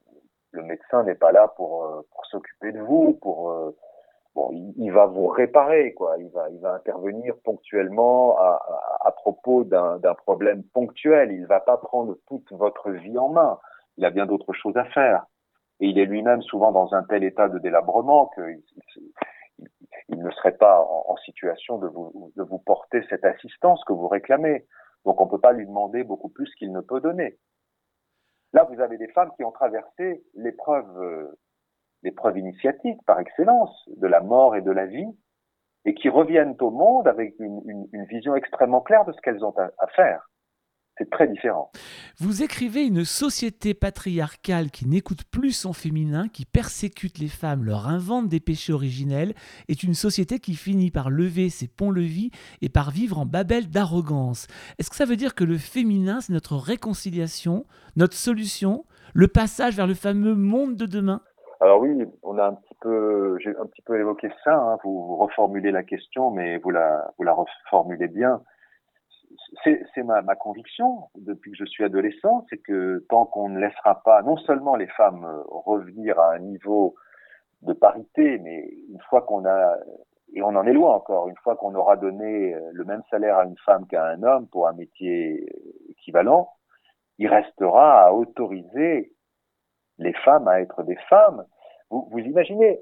Le médecin n'est pas là pour, euh, pour s'occuper de vous, pour euh, bon, il, il va vous réparer, quoi. Il va, il va intervenir ponctuellement à, à, à propos d'un, d'un problème ponctuel. Il ne va pas prendre toute votre vie en main. Il a bien d'autres choses à faire. Et il est lui-même souvent dans un tel état de délabrement qu'il il, il ne serait pas en, en situation de vous, de vous porter cette assistance que vous réclamez. Donc on ne peut pas lui demander beaucoup plus qu'il ne peut donner. Là, vous avez des femmes qui ont traversé l'épreuve, euh, l'épreuve initiatique par excellence de la mort et de la vie, et qui reviennent au monde avec une, une, une vision extrêmement claire de ce qu'elles ont à, à faire. C'est très différent. Vous écrivez une société patriarcale qui n'écoute plus son féminin, qui persécute les femmes, leur invente des péchés originels, est une société qui finit par lever ses ponts-levis et par vivre en Babel d'arrogance. Est-ce que ça veut dire que le féminin, c'est notre réconciliation, notre solution, le passage vers le fameux monde de demain ? Alors oui, on a un petit peu, j'ai un petit peu évoqué ça, hein. Vous, vous reformulez la question, mais vous la, vous la reformulez bien. C'est, c'est ma, ma conviction depuis que je suis adolescent, c'est que tant qu'on ne laissera pas non seulement les femmes revenir à un niveau de parité, mais une fois qu'on a, et on en est loin encore, une fois qu'on aura donné le même salaire à une femme qu'à un homme pour un métier équivalent, il restera à autoriser les femmes à être des femmes. Vous, vous imaginez,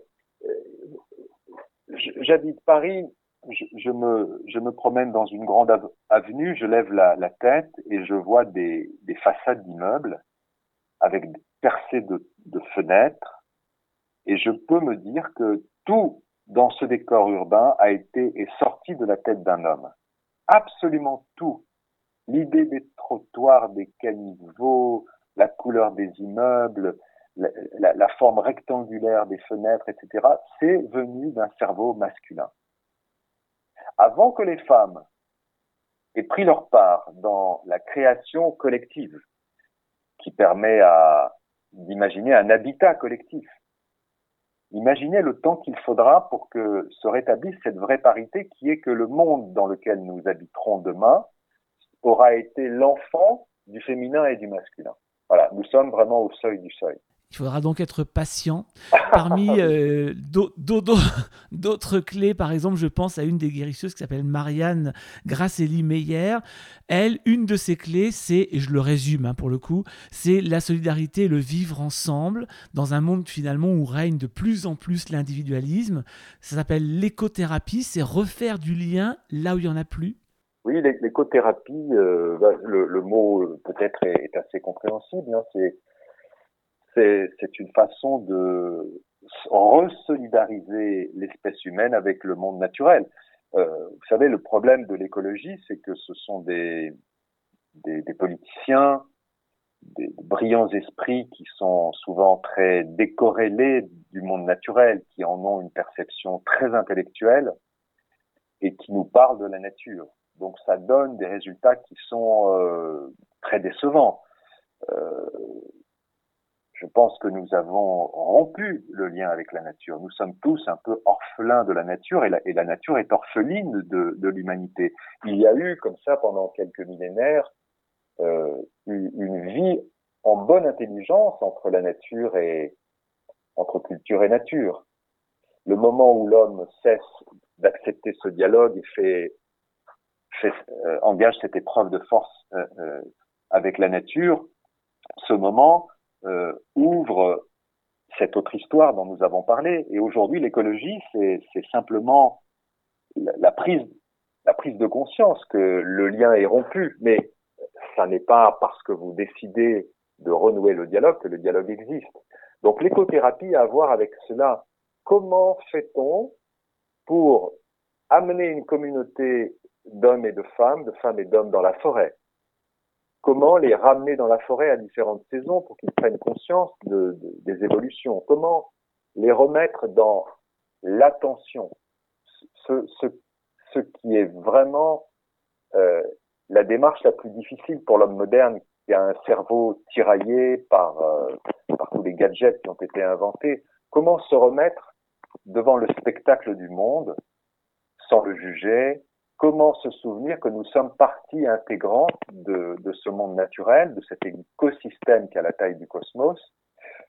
j'habite Paris, je, je, me, je me promène dans une grande avenue, je lève la, la tête et je vois des, des façades d'immeubles avec des percées de, de fenêtres, et je peux me dire que tout dans ce décor urbain a été est sorti de la tête d'un homme. Absolument tout. L'idée des trottoirs, des caniveaux, la couleur des immeubles, la, la, la forme rectangulaire des fenêtres, et cetera, c'est venu d'un cerveau masculin. Avant que les femmes aient pris leur part dans la création collective, qui permet à, d'imaginer un habitat collectif, imaginez le temps qu'il faudra pour que se rétablisse cette vraie parité qui est que le monde dans lequel nous habiterons demain aura été l'enfant du féminin et du masculin. Voilà, nous sommes vraiment au seuil du seuil. Il faudra donc être patient. Parmi euh, d'autres clés, par exemple, je pense à une des guérisseuses qui s'appelle Marianne Grasselli-Meyer. Elle, une de ses clés, c'est, et je le résume hein, pour le coup, c'est la solidarité et le vivre ensemble dans un monde finalement où règne de plus en plus l'individualisme. Ça s'appelle l'écothérapie, c'est refaire du lien là où il n'y en a plus. Oui, l'écothérapie, euh, le, le mot peut-être est, est assez compréhensible. Hein, c'est C'est, c'est une façon de resolidariser l'espèce humaine avec le monde naturel. Euh, vous savez, le problème de l'écologie, c'est que ce sont des, des, des politiciens, des brillants esprits qui sont souvent très décorrélés du monde naturel, qui en ont une perception très intellectuelle et qui nous parlent de la nature. Donc ça donne des résultats qui sont euh, très décevants. Euh, Je pense que nous avons rompu le lien avec la nature. Nous sommes tous un peu orphelins de la nature et la, et la nature est orpheline de, de l'humanité. Il y a eu, comme ça, pendant quelques millénaires, euh, une, une vie en bonne intelligence entre la nature et entre culture et nature. Le moment où l'homme cesse d'accepter ce dialogue et fait, fait euh, engage cette épreuve de force euh, euh, avec la nature, ce moment Euh, ouvre cette autre histoire dont nous avons parlé. Et aujourd'hui, l'écologie, c'est, c'est simplement la, la prise, la prise de conscience que le lien est rompu. Mais ça n'est pas parce que vous décidez de renouer le dialogue que le dialogue existe. Donc l'écothérapie a à voir avec cela. Comment fait-on pour amener une communauté d'hommes et de femmes, de femmes et d'hommes dans la forêt? Comment les ramener dans la forêt à différentes saisons pour qu'ils prennent conscience de, de, des évolutions? Comment les remettre dans l'attention, ce, ce, ce qui est vraiment euh, la démarche la plus difficile pour l'homme moderne qui a un cerveau tiraillé par, euh, par tous les gadgets qui ont été inventés. Comment se remettre devant le spectacle du monde sans le juger? Comment se souvenir que nous sommes partie intégrante de, de ce monde naturel, de cet écosystème qui a la taille du cosmos,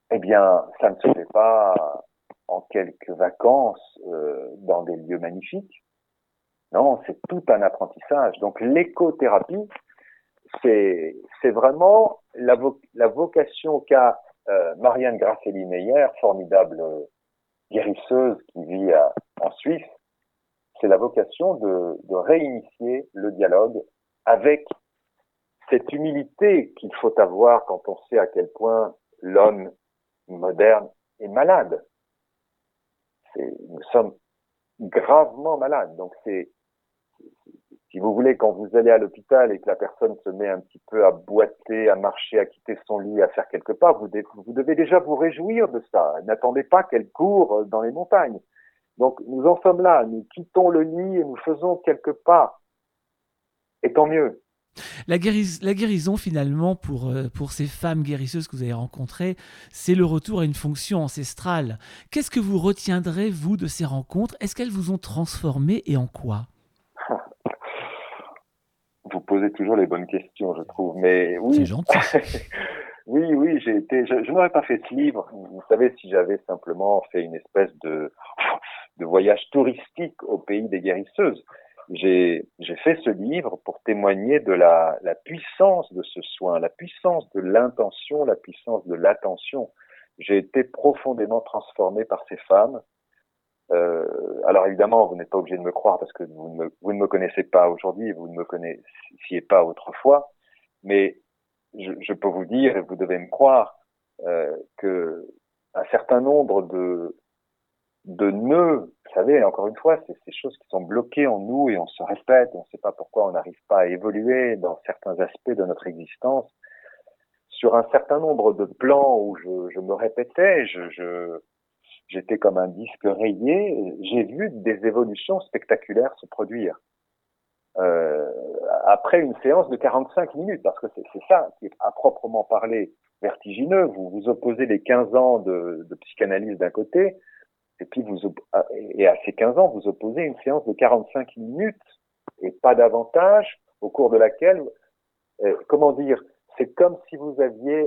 Eh bien, ça ne se fait pas en quelques vacances euh, dans des lieux magnifiques. Non, c'est tout un apprentissage. Donc l'écothérapie, c'est c'est vraiment la, vo la vocation qu'a euh, Marianne Grasselli-Meyer, formidable euh, guérisseuse qui vit à, en Suisse. C'est la vocation de, de réinitier le dialogue avec cette humilité qu'il faut avoir quand on sait à quel point l'homme moderne est malade. C'est, nous sommes gravement malades. Donc c'est, si vous voulez, quand vous allez à l'hôpital et que la personne se met un petit peu à boiter, à marcher, à quitter son lit, à faire quelques pas, vous, de, vous devez déjà vous réjouir de ça. N'attendez pas qu'elle court dans les montagnes. Donc nous en sommes là, nous quittons le lit et nous faisons quelques pas. Et tant mieux. La, guéris- la guérison, finalement, pour, euh, pour ces femmes guérisseuses que vous avez rencontrées, c'est le retour à une fonction ancestrale. Qu'est-ce que vous retiendrez, vous, de ces rencontres? Est-ce qu'elles vous ont transformé et en quoi? Vous posez toujours les bonnes questions, je trouve. Mais C'est oui, gentil. oui, oui, j'ai été. Je, je n'aurais pas fait ce livre. Vous savez, si j'avais simplement fait une espèce de de voyage touristique au pays des guérisseuses. J'ai j'ai fait ce livre pour témoigner de la la puissance de ce soin, la puissance de l'intention, la puissance de l'attention. J'ai été profondément transformé par ces femmes. Euh, alors évidemment, vous n'êtes pas obligé de me croire parce que vous ne me, vous ne me connaissez pas aujourd'hui, vous ne me connaissiez pas autrefois, mais je, je peux vous dire, et vous devez me croire, euh, que un certain nombre de, de nœuds, vous savez, encore une fois, c'est ces choses qui sont bloquées en nous et on se répète, on ne sait pas pourquoi on n'arrive pas à évoluer dans certains aspects de notre existence. Sur un certain nombre de plans où je, je me répétais, je, je j'étais comme un disque rayé, j'ai vu des évolutions spectaculaires se produire. Euh, après une séance de quarante-cinq minutes, parce que c'est, c'est ça qui est à proprement parler vertigineux. Vous vous opposez les quinze ans de, de psychanalyse d'un côté, et puis vous et à ces quinze ans, vous opposez une séance de quarante-cinq minutes et pas davantage, au cours de laquelle, euh, comment dire, c'est comme si vous aviez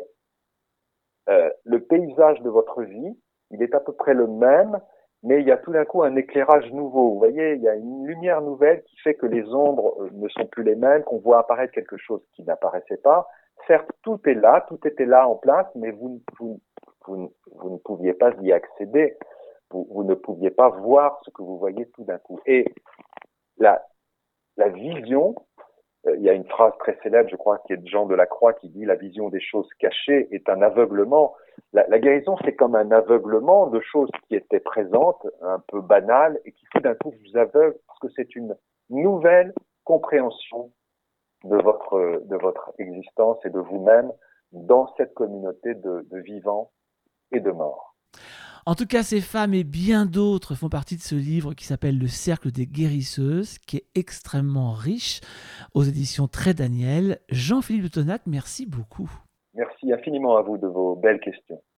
euh, le paysage de votre vie. Il est à peu près le même, mais il y a tout d'un coup un éclairage nouveau. Vous voyez, il y a une lumière nouvelle qui fait que les ombres ne sont plus les mêmes, qu'on voit apparaître quelque chose qui n'apparaissait pas. Certes, tout est là, tout était là en place, mais vous, vous, vous, vous ne pouviez pas y accéder. Vous, vous ne pouviez pas voir ce que vous voyez tout d'un coup. Et la, la vision, il y a une phrase très célèbre, je crois, qui est de Jean Delacroix, qui dit « La vision des choses cachées est un aveuglement ». La, la guérison, c'est comme un aveuglement de choses qui étaient présentes, un peu banales, et qui tout d'un coup vous aveuglent, parce que c'est une nouvelle compréhension de votre, de votre existence et de vous-même dans cette communauté de, de vivants et de morts. En tout cas, ces femmes et bien d'autres font partie de ce livre qui s'appelle Le Cercle des Guérisseuses, qui est extrêmement riche, aux éditions Trait Daniel. Jean-Philippe de Tonnac, merci beaucoup. Merci infiniment à vous de vos belles questions.